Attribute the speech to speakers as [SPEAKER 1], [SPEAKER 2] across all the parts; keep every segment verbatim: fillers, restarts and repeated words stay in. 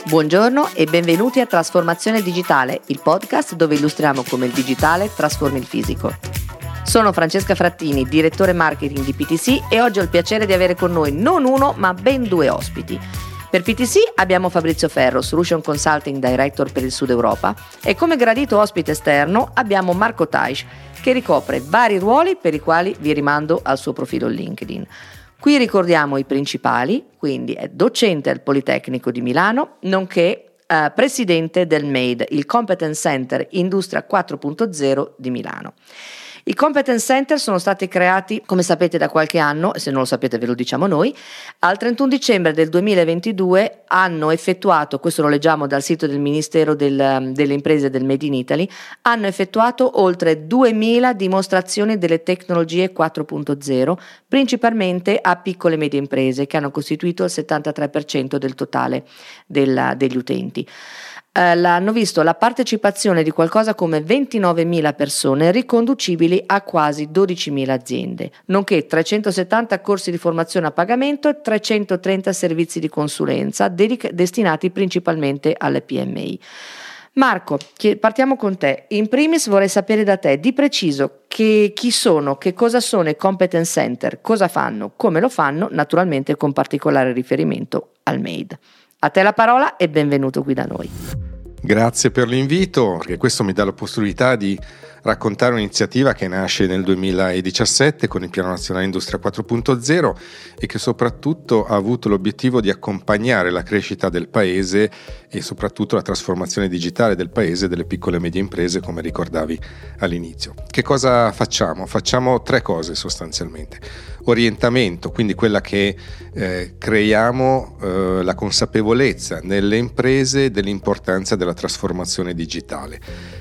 [SPEAKER 1] Buongiorno e benvenuti a Trasformazione Digitale, il podcast dove illustriamo come il digitale trasforma il fisico. Sono Francesca Frattini, direttore marketing di P T C e oggi ho il piacere di avere con noi non uno ma ben due ospiti. Per P T C abbiamo Fabrizio Ferro, Solution Consulting Director per il Sud Europa, e come gradito ospite esterno abbiamo Marco Taisch, che ricopre vari ruoli per i quali vi rimando al suo profilo LinkedIn. Qui ricordiamo i principali, quindi è docente al Politecnico di Milano, nonché eh, presidente del M A D E, il Competence Center Industria quattro punto zero di Milano. I Competence Center sono stati creati, come sapete, da qualche anno, e se non lo sapete ve lo diciamo noi. Al trentuno dicembre del duemilaventidue hanno effettuato, questo lo leggiamo dal sito del Ministero del, delle Imprese del Made in Italy, hanno effettuato oltre duemila dimostrazioni delle tecnologie quattro punto zero, principalmente a piccole e medie imprese, che hanno costituito il settantatré per cento del totale della, degli utenti. Uh, hanno visto la partecipazione di qualcosa come ventinovemila persone riconducibili a quasi dodicimila aziende, nonché trecentosettanta corsi di formazione a pagamento e trecentotrenta servizi di consulenza dedic- destinati principalmente alle P M I. Marco, partiamo con te. In primis vorrei sapere da te di preciso che, chi sono, che cosa sono i Competence Center, cosa fanno, come lo fanno, naturalmente con particolare riferimento al M A D E. A te la parola e benvenuto qui da noi.
[SPEAKER 2] Grazie per l'invito, perché questo mi dà la possibilità di raccontare un'iniziativa che nasce nel duemiladiciassette con il Piano Nazionale Industria quattro punto zero e che soprattutto ha avuto l'obiettivo di accompagnare la crescita del Paese e soprattutto la trasformazione digitale del Paese e delle piccole e medie imprese, come ricordavi all'inizio. Che cosa facciamo? Facciamo tre cose sostanzialmente. Orientamento, quindi quella che eh, creiamo eh, la consapevolezza nelle imprese dell'importanza della trasformazione digitale.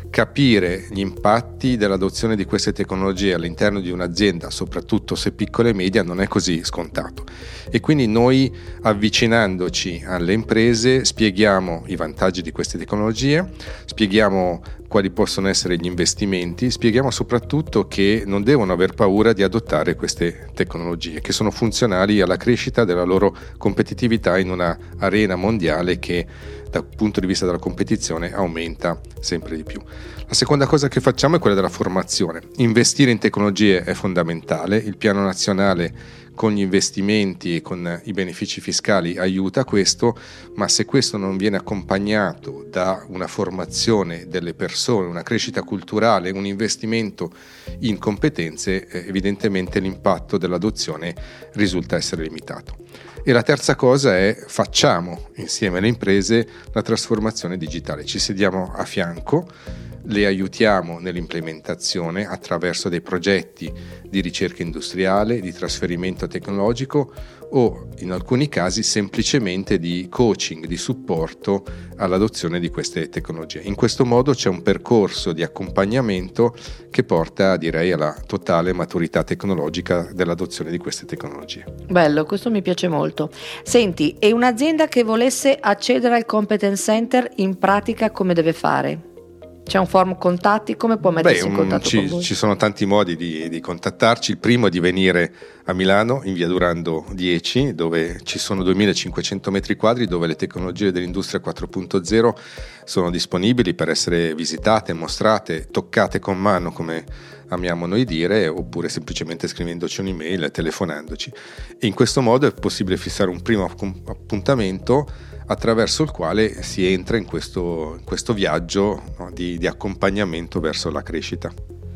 [SPEAKER 2] Capire gli impatti dell'adozione di queste tecnologie all'interno di un'azienda, soprattutto se piccola e media, non è così scontato. E quindi noi, avvicinandoci alle imprese, spieghiamo i vantaggi di queste tecnologie, spieghiamo quali possono essere gli investimenti, spieghiamo soprattutto che non devono aver paura di adottare queste tecnologie, che sono funzionali alla crescita della loro competitività in una arena mondiale che dal punto di vista della competizione aumenta sempre di più. La seconda cosa che facciamo è quella della formazione. Investire in tecnologie è fondamentale, il piano nazionale con gli investimenti e con i benefici fiscali aiuta a questo, ma se questo non viene accompagnato da una formazione delle persone, una crescita culturale, un investimento in competenze, evidentemente l'impatto dell'adozione risulta essere limitato. E la terza cosa è facciamo insieme alle imprese la trasformazione digitale, ci sediamo a fianco, le aiutiamo nell'implementazione attraverso dei progetti di ricerca industriale, di trasferimento tecnologico o in alcuni casi semplicemente di coaching, di supporto all'adozione di queste tecnologie. In questo modo c'è un percorso di accompagnamento che porta, direi, alla totale maturità tecnologica dell'adozione di queste tecnologie.
[SPEAKER 1] Bello, questo mi piace molto. Senti, e un'azienda che volesse accedere al Competence Center in pratica come deve fare? C'è un form contatti? Come può mettersi
[SPEAKER 2] Beh,
[SPEAKER 1] in contatto
[SPEAKER 2] ci,
[SPEAKER 1] con voi?
[SPEAKER 2] Ci sono tanti modi di, di contattarci. Il primo è di venire a Milano in via Durando dieci, dove ci sono duemilacinquecento metri quadri, dove le tecnologie dell'industria quattro punto zero sono disponibili per essere visitate, mostrate, toccate con mano, come amiamo noi dire, oppure semplicemente scrivendoci un'email e telefonandoci. E in questo modo è possibile fissare un primo appuntamento attraverso il quale si entra in questo, in questo viaggio, no, di, di accompagnamento verso la crescita.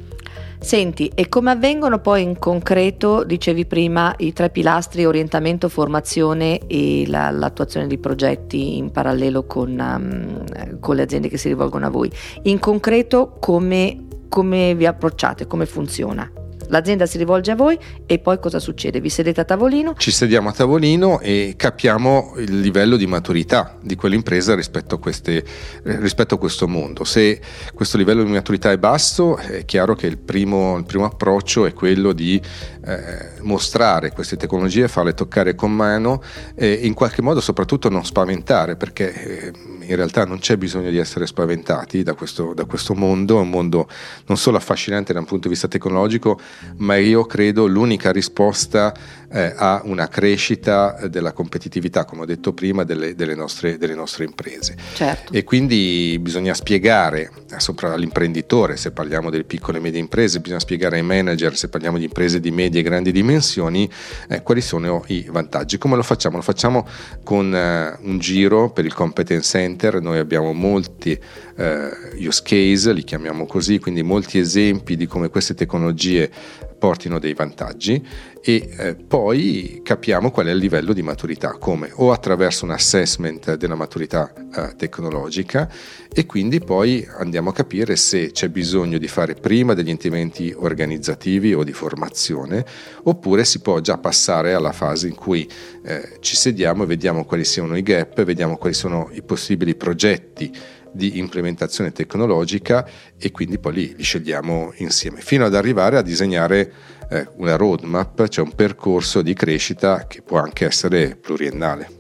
[SPEAKER 1] Senti, e come avvengono poi in concreto, dicevi prima, i tre pilastri orientamento, formazione e la, l'attuazione di progetti in parallelo con, um, con le aziende che si rivolgono a voi. In concreto come, come vi approcciate, come funziona? L'azienda si rivolge a voi e poi cosa succede? Vi sedete a tavolino?
[SPEAKER 2] Ci sediamo a tavolino e capiamo il livello di maturità di quell'impresa rispetto a, queste, rispetto a questo mondo. Se questo livello di maturità è basso, è chiaro che il primo, il primo approccio è quello di eh, mostrare queste tecnologie, farle toccare con mano e in qualche modo soprattutto non spaventare, perché eh, in realtà non c'è bisogno di essere spaventati da questo, da questo mondo. È un mondo non solo affascinante da un punto di vista tecnologico, ma io credo l'unica risposta eh, a una crescita della competitività, come ho detto prima, delle, delle, nostre, delle nostre imprese.
[SPEAKER 1] Certo.
[SPEAKER 2] E quindi bisogna spiegare sopra all'imprenditore, se parliamo delle piccole e medie imprese, bisogna spiegare ai manager, se parliamo di imprese di medie e grandi dimensioni, eh, quali sono i vantaggi. Come lo facciamo? Lo facciamo con eh, un giro per il Competence Center. Noi abbiamo molti eh, use case, li chiamiamo così, quindi molti esempi di come queste tecnologie portino dei vantaggi, e eh, poi capiamo qual è il livello di maturità, come o attraverso un assessment della maturità eh, tecnologica, e quindi poi andiamo a capire se c'è bisogno di fare prima degli interventi organizzativi o di formazione, oppure si può già passare alla fase in cui eh, ci sediamo e vediamo quali siano i gap, vediamo quali sono i possibili progetti di implementazione tecnologica, e quindi poi li, li scegliamo insieme fino ad arrivare a disegnare eh, una roadmap, cioè un percorso di crescita che può anche essere pluriennale.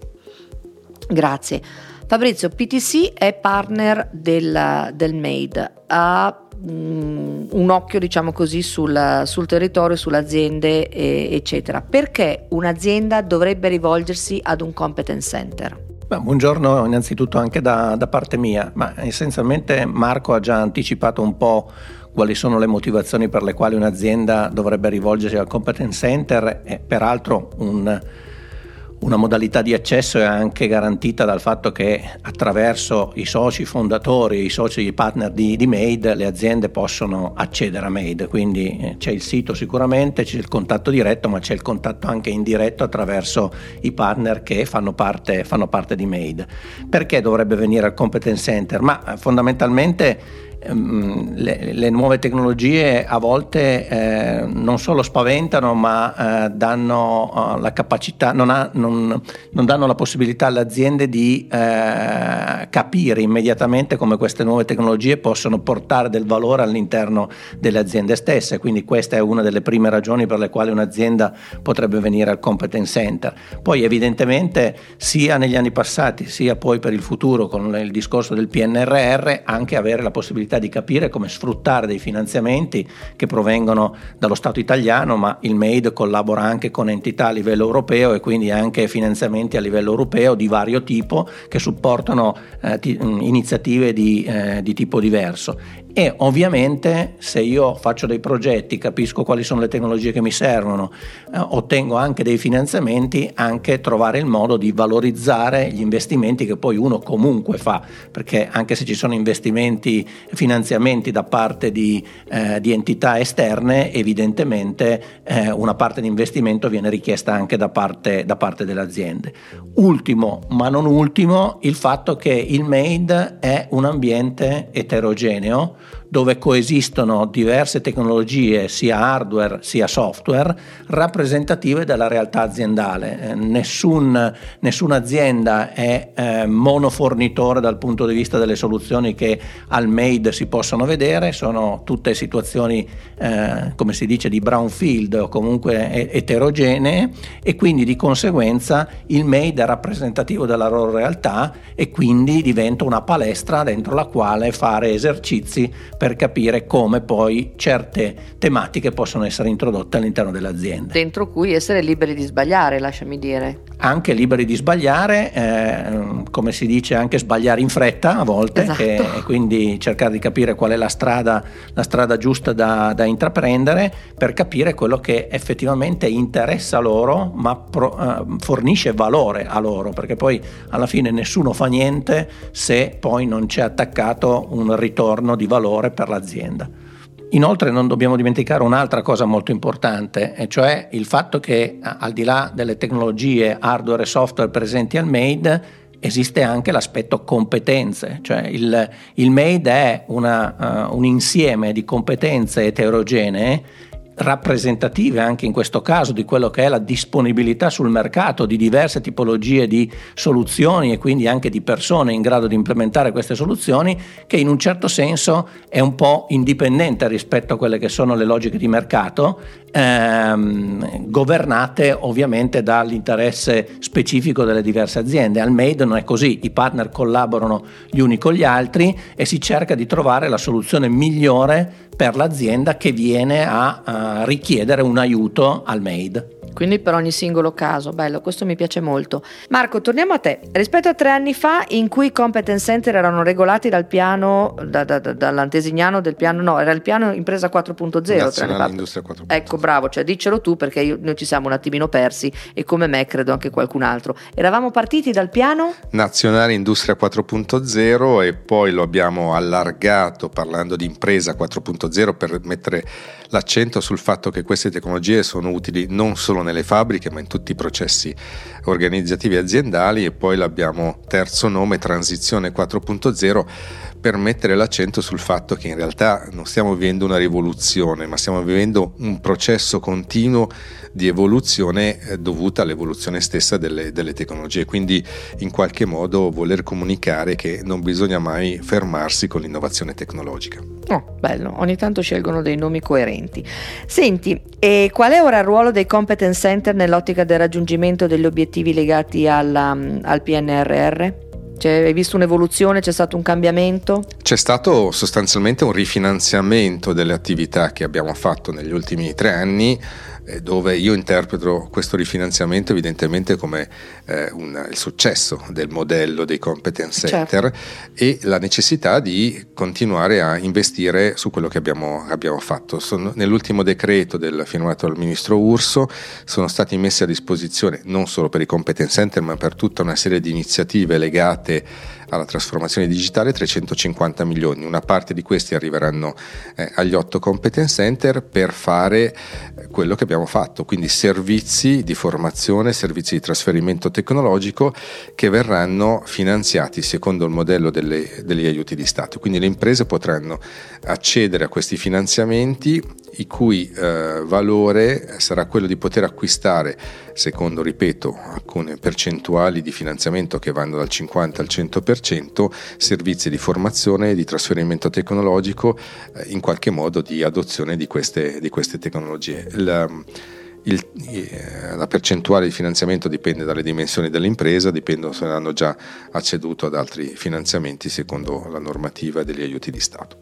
[SPEAKER 1] Grazie. Fabrizio, P T C è partner del, del MADE, ha um, un occhio, diciamo così, sul, sul territorio, sulle aziende, e, eccetera. Perché un'azienda dovrebbe rivolgersi ad un competence center?
[SPEAKER 3] Beh, buongiorno innanzitutto anche da, da parte mia, ma essenzialmente Marco ha già anticipato un po' quali sono le motivazioni per le quali un'azienda dovrebbe rivolgersi al competence center, e peraltro un Una modalità di accesso è anche garantita dal fatto che attraverso i soci fondatori, i soci i partner di, di MADE, le aziende possono accedere a MADE, quindi eh, c'è il sito sicuramente, c'è il contatto diretto, ma c'è il contatto anche indiretto attraverso i partner che fanno parte, fanno parte di MADE. Perché dovrebbe venire al Competence Center? Ma fondamentalmente Le, le nuove tecnologie a volte eh, non solo spaventano, ma eh, danno uh, la capacità, non, ha, non, non danno la possibilità alle aziende di eh, capire immediatamente come queste nuove tecnologie possono portare del valore all'interno delle aziende stesse. Quindi questa è una delle prime ragioni per le quali un'azienda potrebbe venire al Competence Center. Poi evidentemente sia negli anni passati sia poi per il futuro, con il discorso del P N R R, anche avere la possibilità di capire come sfruttare dei finanziamenti che provengono dallo Stato italiano, ma il MADE collabora anche con entità a livello europeo e quindi anche finanziamenti a livello europeo di vario tipo che supportano eh, t- iniziative di, eh, di tipo diverso. E ovviamente se io faccio dei progetti, capisco quali sono le tecnologie che mi servono, eh, ottengo anche dei finanziamenti, anche trovare il modo di valorizzare gli investimenti che poi uno comunque fa, perché anche se ci sono investimenti, finanziamenti da parte di, eh, di entità esterne, evidentemente eh, una parte di investimento viene richiesta anche da parte, da parte delle aziende. Ultimo, ma non ultimo, il fatto che il MADE è un ambiente eterogeneo dove coesistono diverse tecnologie, sia hardware sia software, rappresentative della realtà aziendale. Eh, nessun, nessuna azienda è eh, monofornitore dal punto di vista delle soluzioni che al MADE si possono vedere, sono tutte situazioni, eh, come si dice, di brownfield o comunque eterogenee, e quindi di conseguenza il MADE è rappresentativo della loro realtà e quindi diventa una palestra dentro la quale fare esercizi per capire come poi certe tematiche possono essere introdotte all'interno dell'azienda.
[SPEAKER 1] Dentro cui essere liberi di sbagliare, lasciami dire.
[SPEAKER 3] Anche liberi di sbagliare, eh, come si dice, anche sbagliare in fretta a volte,
[SPEAKER 1] esatto.
[SPEAKER 3] e, e quindi cercare di capire qual è la strada, la strada giusta da, da intraprendere per capire quello che effettivamente interessa loro, ma pro, eh, fornisce valore a loro, perché poi alla fine nessuno fa niente se poi non c'è attaccato un ritorno di valore per l'azienda. Inoltre non dobbiamo dimenticare un'altra cosa molto importante, e cioè il fatto che al di là delle tecnologie hardware e software presenti al MADE esiste anche l'aspetto competenze, cioè il, il MADE è una, uh, un insieme di competenze eterogenee rappresentative anche in questo caso di quello che è la disponibilità sul mercato di diverse tipologie di soluzioni e quindi anche di persone in grado di implementare queste soluzioni, che in un certo senso è un po' indipendente rispetto a quelle che sono le logiche di mercato, ehm, governate ovviamente dall'interesse specifico delle diverse aziende. Al MADE non è così, i partner collaborano gli uni con gli altri e si cerca di trovare la soluzione migliore per l'azienda che viene a possa richiedere un aiuto al made.
[SPEAKER 1] Quindi per ogni singolo caso, bello, questo mi piace molto. Marco, torniamo a te. Rispetto a tre anni fa, in cui i competence center erano regolati dal piano, da, da, da, dall'antesignano del piano, no, era il piano impresa quattro punto zero.
[SPEAKER 2] Nazionale Industria quattro punto zero.
[SPEAKER 1] Ecco, bravo, cioè diccelo tu, perché io, noi ci siamo un attimino persi, e come me credo anche qualcun altro. Eravamo partiti dal piano
[SPEAKER 2] Nazionale Industria quattro punto zero e poi lo abbiamo allargato parlando di impresa quattro punto zero per mettere l'accento sul fatto che queste tecnologie sono utili non solo nelle fabbriche ma in tutti i processi organizzativi aziendali, e poi l'abbiamo terzo nome Transizione quattro punto zero per mettere l'accento sul fatto che in realtà non stiamo vivendo una rivoluzione ma stiamo vivendo un processo continuo di evoluzione eh, dovuta all'evoluzione stessa delle, delle tecnologie, quindi in qualche modo voler comunicare che non bisogna mai fermarsi con l'innovazione tecnologica.
[SPEAKER 1] Oh, bello, ogni tanto scelgono dei nomi coerenti. Senti, e qual è ora il ruolo dei competence center nell'ottica del raggiungimento degli obiettivi legati alla, al P N R R? Cioè, hai visto un'evoluzione, c'è stato un cambiamento?
[SPEAKER 2] C'è stato sostanzialmente un rifinanziamento delle attività che abbiamo fatto negli ultimi tre anni, dove io interpreto questo rifinanziamento evidentemente come eh, un, il successo del modello dei competence center, certo, e la necessità di continuare a investire su quello che abbiamo, abbiamo fatto. Sono, nell'ultimo decreto del, firmato dal ministro Urso sono stati messi a disposizione non solo per i competence center ma per tutta una serie di iniziative legate alla trasformazione digitale trecentocinquanta milioni. Una parte di questi arriveranno eh, agli otto competence center per fare quello che abbiamo fatto, quindi servizi di formazione, servizi di trasferimento tecnologico che verranno finanziati secondo il modello delle, degli aiuti di Stato. Quindi le imprese potranno accedere a questi finanziamenti, i cui eh, valore sarà quello di poter acquistare, secondo, ripeto, alcune percentuali di finanziamento che vanno dal cinquanta al cento per cento, servizi di formazione, di trasferimento tecnologico, eh, in qualche modo di adozione di queste, di queste tecnologie. La, il, la percentuale di finanziamento dipende dalle dimensioni dell'impresa, dipende se hanno già acceduto ad altri finanziamenti secondo la normativa degli aiuti di Stato.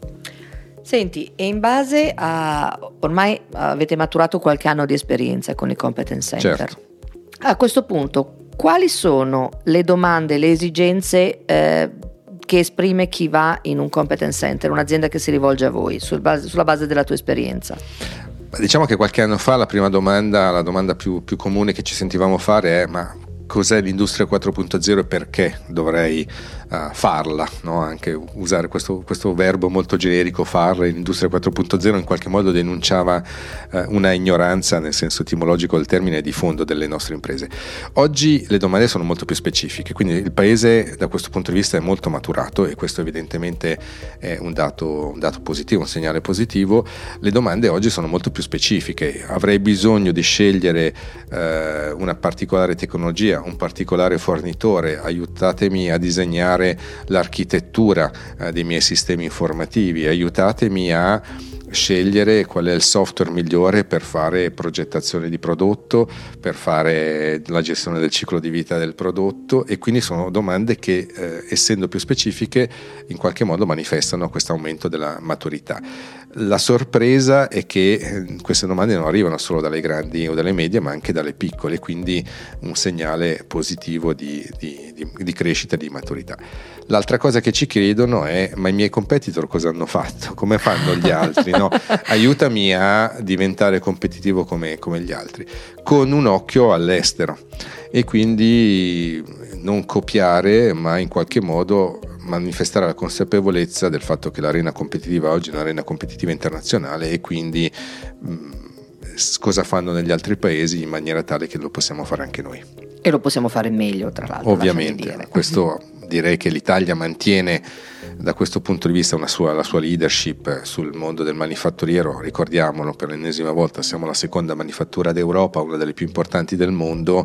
[SPEAKER 1] Senti, e in base a, ormai avete maturato qualche anno di esperienza con i competence center,
[SPEAKER 2] certo.
[SPEAKER 1] A questo punto quali sono le domande, le esigenze eh, che esprime chi va in un competence center, un'azienda che si rivolge a voi sul base, sulla base della tua esperienza?
[SPEAKER 2] Diciamo che qualche anno fa la prima domanda, la domanda più, più comune che ci sentivamo fare è: ma cos'è l'industria quattro punto zero e perché dovrei uh, farla, no? Anche usare questo, questo verbo molto generico, farla. L'industria quattro punto zero in qualche modo denunciava uh, una ignoranza nel senso etimologico del termine di fondo delle nostre imprese. Oggi le domande sono molto più specifiche, quindi il paese da questo punto di vista è molto maturato e questo evidentemente è un dato, un dato positivo, un segnale positivo. Le domande oggi sono molto più specifiche. Avrei bisogno di scegliere uh, una particolare tecnologia, un particolare fornitore, aiutatemi a disegnare l'architettura eh, dei miei sistemi informativi, aiutatemi a scegliere qual è il software migliore per fare progettazione di prodotto, per fare la gestione del ciclo di vita del prodotto, e quindi sono domande che eh, essendo più specifiche in qualche modo manifestano questo aumento della maturità. La sorpresa è che eh, queste domande non arrivano solo dalle grandi o dalle medie ma anche dalle piccole, quindi un segnale positivo di, di, di, di crescita e di maturità. L'altra cosa che ci chiedono è: ma i miei competitor cosa hanno fatto? Come fanno gli altri? No? Aiutami a diventare competitivo come, come gli altri, con un occhio all'estero, e quindi non copiare ma in qualche modo manifestare la consapevolezza del fatto che l'arena competitiva oggi è un'arena competitiva internazionale, e quindi mh, cosa fanno negli altri paesi in maniera tale che lo possiamo fare anche noi.
[SPEAKER 1] E lo possiamo fare meglio, tra l'altro.
[SPEAKER 2] Ovviamente, questo direi che l'Italia mantiene da questo punto di vista una sua, la sua leadership sul mondo del manifatturiero. Ricordiamolo per l'ennesima volta, siamo la seconda manifattura d'Europa, una delle più importanti del mondo,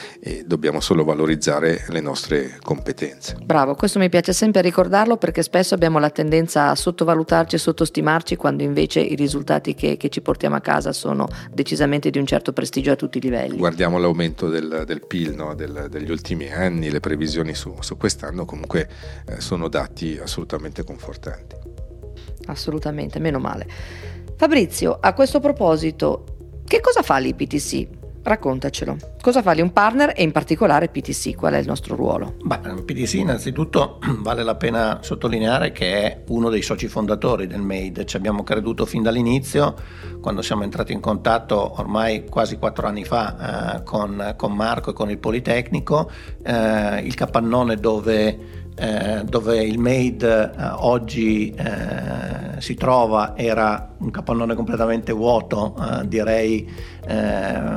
[SPEAKER 2] e dobbiamo solo valorizzare le nostre competenze.
[SPEAKER 1] Bravo, questo mi piace sempre ricordarlo, perché spesso abbiamo la tendenza a sottovalutarci e sottostimarci, quando invece i risultati che, che ci portiamo a casa sono decisamente di un certo prestigio a tutti i livelli.
[SPEAKER 2] Guardiamo l'aumento del, del P I L, no, del, degli ultimi anni, le previsioni su, su quest'anno comunque eh, sono dati assolutamente confortanti.
[SPEAKER 1] Assolutamente, meno male. Fabrizio, a questo proposito, che cosa fa l'I P T C? Raccontacelo. Cosa fa lì un partner e in particolare P T C? Qual è il nostro ruolo?
[SPEAKER 3] Beh, P T C innanzitutto vale la pena sottolineare che è uno dei soci fondatori del Made. Ci abbiamo creduto fin dall'inizio, quando siamo entrati in contatto ormai quasi quattro anni fa eh, con, con Marco e con il Politecnico. Eh, il capannone dove Eh, dove il Made eh, oggi eh, si trova era un capannone completamente vuoto, eh, direi eh,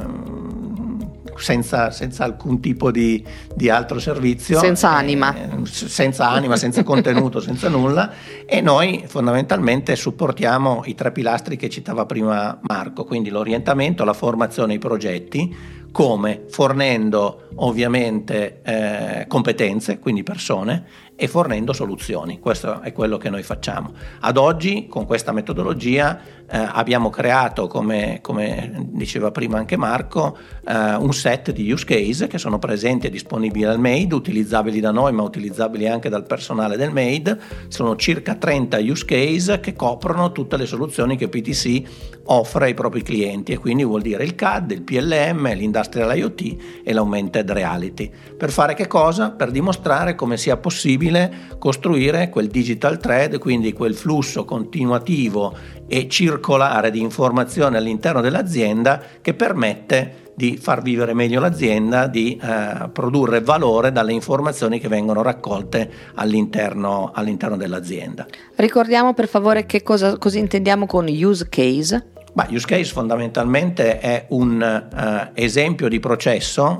[SPEAKER 3] senza, senza alcun tipo di, di altro servizio,
[SPEAKER 1] senza anima,
[SPEAKER 3] eh, senza anima, senza contenuto, senza nulla, e noi fondamentalmente supportiamo i tre pilastri che citava prima Marco, quindi l'orientamento, la formazione, i progetti, come fornendo ovviamente eh, competenze, quindi persone, e fornendo soluzioni. Questo è quello che noi facciamo. Ad oggi, con questa metodologia, eh, abbiamo creato, come, come diceva prima anche Marco, eh, un set di use case che sono presenti e disponibili al Made, utilizzabili da noi ma utilizzabili anche dal personale del Made. Sono circa trenta use case che coprono tutte le soluzioni che P T C offre ai propri clienti, e quindi vuol dire il C A D, il P L M, l'Industrial IoT e l'Augmented Reality. Per fare che cosa? Per dimostrare come sia possibile costruire quel digital thread, quindi quel flusso continuativo e circolare di informazione all'interno dell'azienda che permette di far vivere meglio l'azienda, di eh, produrre valore dalle informazioni che vengono raccolte all'interno, all'interno dell'azienda.
[SPEAKER 1] Ricordiamo per favore che cosa, cosa intendiamo con use case?
[SPEAKER 3] Beh, use case fondamentalmente è un uh, esempio di processo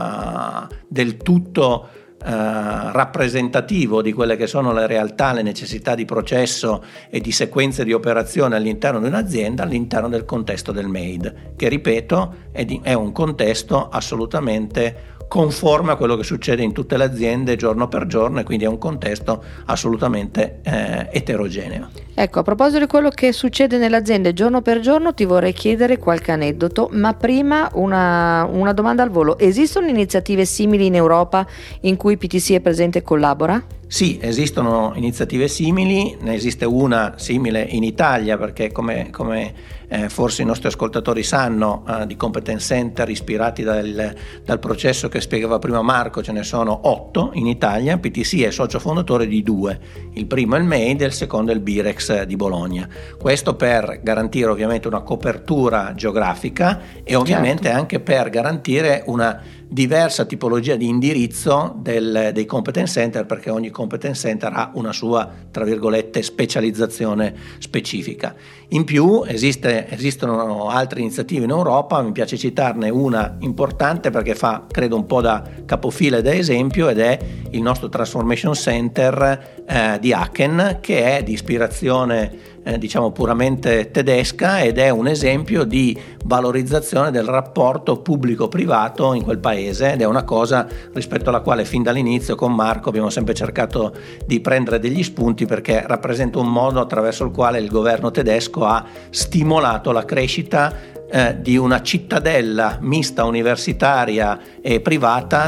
[SPEAKER 3] uh, del tutto Uh, rappresentativo di quelle che sono le realtà, le necessità di processo e di sequenze di operazione all'interno di un'azienda, all'interno del contesto del Made, che ripeto è, di, è un contesto assolutamente conforme a quello che succede in tutte le aziende giorno per giorno, e quindi è un contesto assolutamente eh, eterogeneo.
[SPEAKER 1] Ecco, a proposito di quello che succede nelle aziende giorno per giorno, ti vorrei chiedere qualche aneddoto, ma prima una, una domanda al volo. Esistono iniziative simili in Europa in cui P T C è presente e collabora?
[SPEAKER 3] Sì, esistono iniziative simili, ne esiste una simile in Italia, perché come, come eh, forse i nostri ascoltatori sanno, eh, di competence center ispirati dal, dal processo che spiegava prima Marco ce ne sono otto in Italia. P T C è socio fondatore di due, il primo è il Made e il secondo è il Birex di Bologna. Questo per garantire ovviamente una copertura geografica e ovviamente certo. anche per garantire una diversa tipologia di indirizzo del, dei competence center, perché ogni competence center ha una sua, tra virgolette, specializzazione specifica. In più esiste, esistono altre iniziative in Europa, mi piace citarne una importante perché fa, credo, un po' da capofila e da esempio, ed è il nostro Transformation Center eh, di Aachen, che è di ispirazione Eh, diciamo puramente tedesca, ed è un esempio di valorizzazione del rapporto pubblico-privato in quel paese, ed è una cosa rispetto alla quale fin dall'inizio con Marco abbiamo sempre cercato di prendere degli spunti, perché rappresenta un modo attraverso il quale il governo tedesco ha stimolato la crescita eh, di una cittadella mista universitaria e privata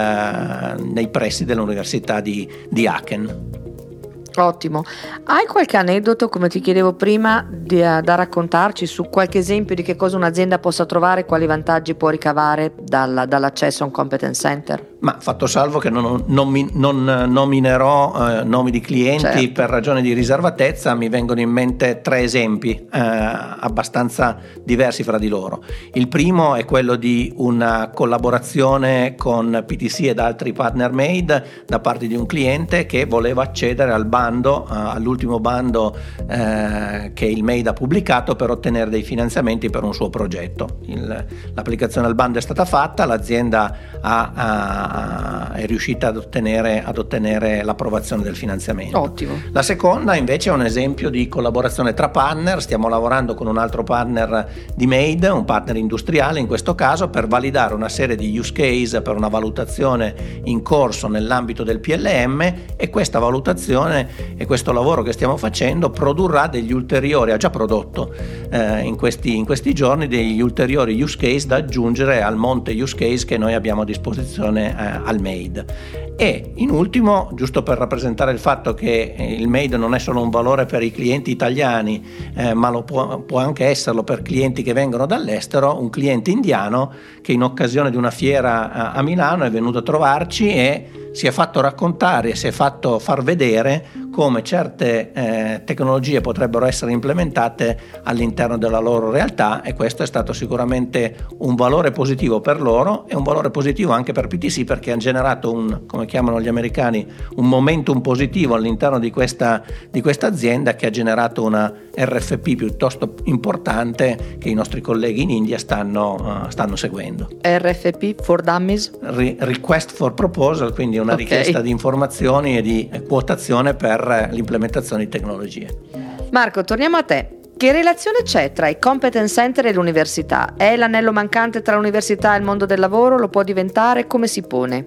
[SPEAKER 3] nel, nei pressi dell'università di, di Aachen.
[SPEAKER 1] Ottimo. Hai qualche aneddoto, come ti chiedevo prima, di, uh, da raccontarci su qualche esempio di che cosa un'azienda possa trovare, quali vantaggi può ricavare dal, dall'accesso a un competence center?
[SPEAKER 3] Ma fatto salvo che non, non, non nominerò eh, nomi di clienti, certo. per ragioni di riservatezza, mi vengono in mente tre esempi eh, abbastanza diversi fra di loro. Il primo è quello di una collaborazione con P T C ed altri partner Made da parte di un cliente che voleva accedere al bando, eh, all'ultimo bando eh, che il Made ha pubblicato per ottenere dei finanziamenti per un suo progetto. Il, l'applicazione al bando è stata fatta, l'azienda ha, ha è riuscita ad ottenere, ad ottenere l'approvazione del finanziamento.
[SPEAKER 1] Ottimo.
[SPEAKER 3] La seconda invece è un esempio di collaborazione tra partner. Stiamo lavorando con un altro partner di Made, un partner industriale in questo caso, per validare una serie di use case per una valutazione in corso nell'ambito del P L M, e questa valutazione e questo lavoro che stiamo facendo produrrà degli ulteriori, ha già prodotto eh, in, questi, in questi giorni degli ulteriori use case da aggiungere al monte use case che noi abbiamo a disposizione eh, al Made. E in ultimo, giusto per rappresentare il fatto che il Made non è solo un valore per i clienti italiani, eh, ma lo può, può anche esserlo per clienti che vengono dall'estero, un cliente indiano che in occasione di una fiera a, a Milano è venuto a trovarci e si è fatto raccontare, si è fatto far vedere come certe eh, tecnologie potrebbero essere implementate all'interno della loro realtà, e questo è stato sicuramente un valore positivo per loro e un valore positivo anche per P T C, perché ha generato un, come chiamano gli americani, un momentum positivo all'interno di questa, di questa azienda, che ha generato una R F P piuttosto importante che i nostri colleghi in India stanno, uh, stanno seguendo.
[SPEAKER 1] R F P for Dummies?
[SPEAKER 3] Re- request for Proposal, quindi una okay. richiesta di informazioni e di quotazione per l'implementazione di tecnologie.
[SPEAKER 1] Marco, torniamo a te. Che relazione c'è tra i competence center e l'università? È l'anello mancante tra l'università e il mondo del lavoro? Lo può diventare? Come si pone?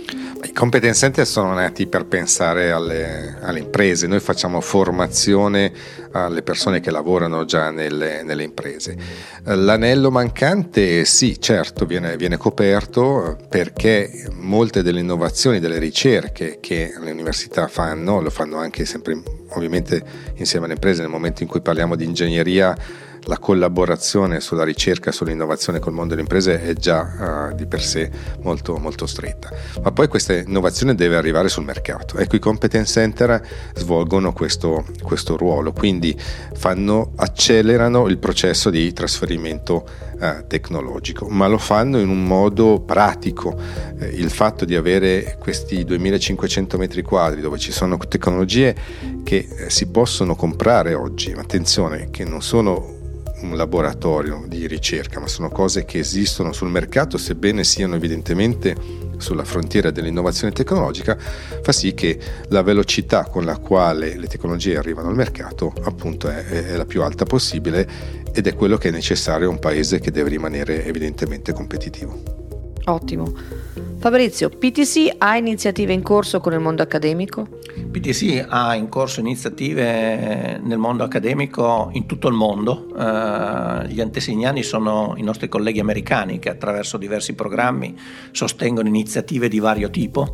[SPEAKER 2] I competence center sono nati per pensare alle, alle imprese. Noi facciamo formazione alle persone che lavorano già nelle, nelle imprese. L'anello mancante, sì, certo, viene, viene coperto, perché molte delle innovazioni, delle ricerche che le università fanno, lo fanno anche sempre ovviamente insieme alle imprese. Nel momento in cui parliamo di ingegneria, la collaborazione sulla ricerca, sull'innovazione col mondo delle imprese è già uh, di per sé molto, molto stretta, ma poi questa innovazione deve arrivare sul mercato. Ecco, i competence center svolgono questo, questo ruolo, quindi fanno, accelerano il processo di trasferimento uh, tecnologico, ma lo fanno in un modo pratico. Eh, il fatto di avere questi duemilacinquecento metri quadri dove ci sono tecnologie che eh, si possono comprare oggi, ma attenzione, che non sono un laboratorio di ricerca, ma sono cose che esistono sul mercato, sebbene siano evidentemente sulla frontiera dell'innovazione tecnologica, fa sì che la velocità con la quale le tecnologie arrivano al mercato appunto è, è la più alta possibile, ed è quello che è necessario a un paese che deve rimanere evidentemente competitivo.
[SPEAKER 1] Ottimo. Fabrizio, P T C ha iniziative in corso con il mondo accademico?
[SPEAKER 3] P T C ha in corso iniziative nel mondo accademico in tutto il mondo. Uh, gli antesignani sono i nostri colleghi americani che attraverso diversi programmi sostengono iniziative di vario tipo.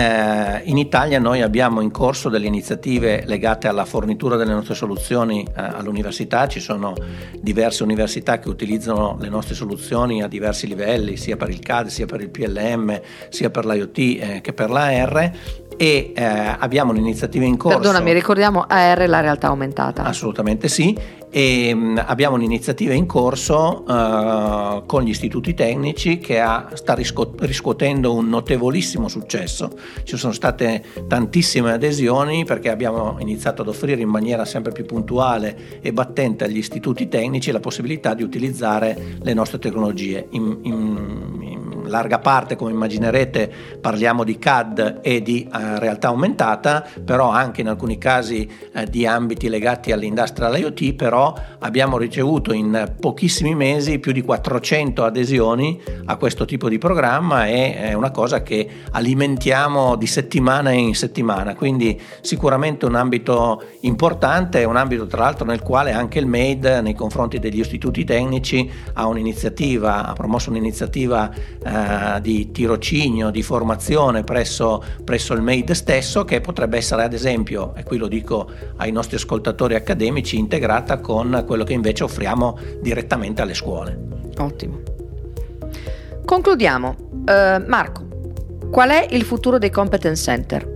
[SPEAKER 3] Uh, in Italia noi abbiamo in corso delle iniziative legate alla fornitura delle nostre soluzioni uh, all'università. Ci sono diverse università che utilizzano le nostre soluzioni a diversi livelli, sia per il C A D, sia per il P L M, sia per l'I O T eh, che per l'A R, e eh, abbiamo un'iniziativa in corso.
[SPEAKER 1] Perdonami, ricordiamo A R, la realtà aumentata.
[SPEAKER 3] Assolutamente sì. E mh, abbiamo un'iniziativa in corso uh, con gli istituti tecnici che ha, sta risco- riscuotendo un notevolissimo successo. Ci sono state tantissime adesioni, perché abbiamo iniziato ad offrire in maniera sempre più puntuale e battente agli istituti tecnici la possibilità di utilizzare le nostre tecnologie. In, in, in larga parte, come immaginerete, parliamo di C A D e di uh, realtà aumentata, però anche in alcuni casi uh, di ambiti legati all'industrial I O T. Però abbiamo ricevuto in pochissimi mesi più di quattrocento adesioni a questo tipo di programma, e è una cosa che alimentiamo di settimana in settimana, quindi sicuramente un ambito importante, un ambito tra l'altro nel quale anche il Made nei confronti degli istituti tecnici ha un'iniziativa, ha promosso un'iniziativa eh, di tirocinio, di formazione presso, presso il Made stesso, che potrebbe essere ad esempio, e qui lo dico ai nostri ascoltatori accademici, integrata con quello che invece offriamo direttamente alle scuole.
[SPEAKER 1] Ottimo. Concludiamo. Uh, Marco, qual è il futuro dei competence center?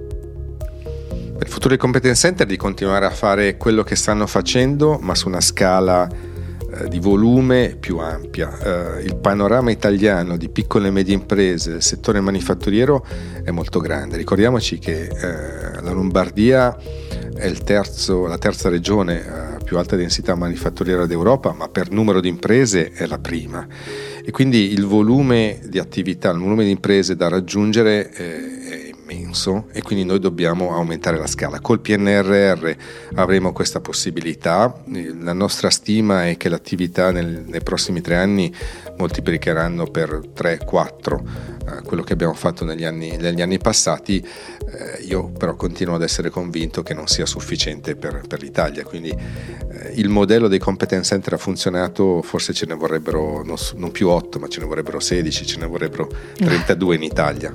[SPEAKER 2] Il futuro dei competence center è di continuare a fare quello che stanno facendo, ma su una scala eh, di volume più ampia. Eh, il panorama italiano di piccole e medie imprese del settore manifatturiero è molto grande. Ricordiamoci che eh, la Lombardia è il terzo, la terza regione a più alta densità manifatturiera d'Europa, ma per numero di imprese è la prima, e quindi il volume di attività, il volume di imprese da raggiungere eh, è immenso, e quindi noi dobbiamo aumentare la scala. Col P N R R avremo questa possibilità. La nostra stima è che l'attività nel, nei prossimi tre anni moltiplicheranno per tre quattro eh, quello che abbiamo fatto negli anni, negli anni passati. Eh, io però continuo ad essere convinto che non sia sufficiente per, per l'Italia, quindi eh, il modello dei competence center ha funzionato, forse ce ne vorrebbero non, non più otto, ma ce ne vorrebbero sedici, ce ne vorrebbero trentadue in Italia.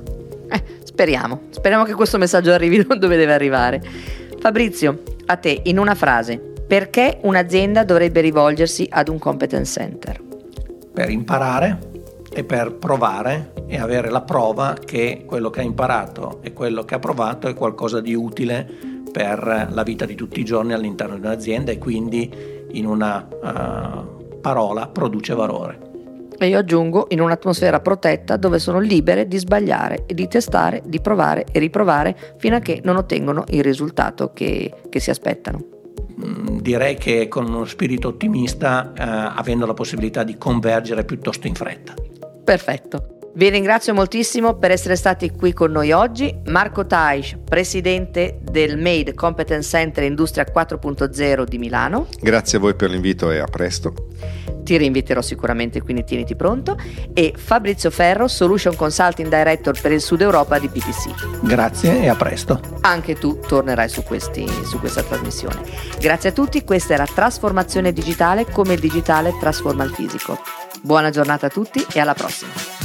[SPEAKER 1] Eh, speriamo, speriamo che questo messaggio arrivi dove deve arrivare. Fabrizio, a te, in una frase, perché un'azienda dovrebbe rivolgersi ad un competence center?
[SPEAKER 3] Per imparare e per provare e avere la prova che quello che ha imparato e quello che ha provato è qualcosa di utile per la vita di tutti i giorni all'interno di un'azienda, e quindi in una uh, parola produce valore.
[SPEAKER 1] E io aggiungo, in un'atmosfera protetta dove sono libere di sbagliare e di testare, di provare e riprovare fino a che non ottengono il risultato che, che si aspettano.
[SPEAKER 3] Direi che con uno spirito ottimista, eh, avendo la possibilità di convergere piuttosto in fretta.
[SPEAKER 1] Perfetto. Vi ringrazio moltissimo per essere stati qui con noi oggi. Marco Taisch, presidente del Made Competence Center Industria quattro punto zero di Milano.
[SPEAKER 2] Grazie a voi per l'invito e a presto.
[SPEAKER 1] Ti rinviterò sicuramente, quindi tieniti pronto. E Fabrizio Ferro, Solution Consulting Director per il Sud Europa di P T C.
[SPEAKER 3] Grazie e a presto.
[SPEAKER 1] Anche tu tornerai su, questi, su questa trasmissione. Grazie a tutti, questa era Trasformazione Digitale, come il digitale trasforma il fisico. Buona giornata a tutti e alla prossima.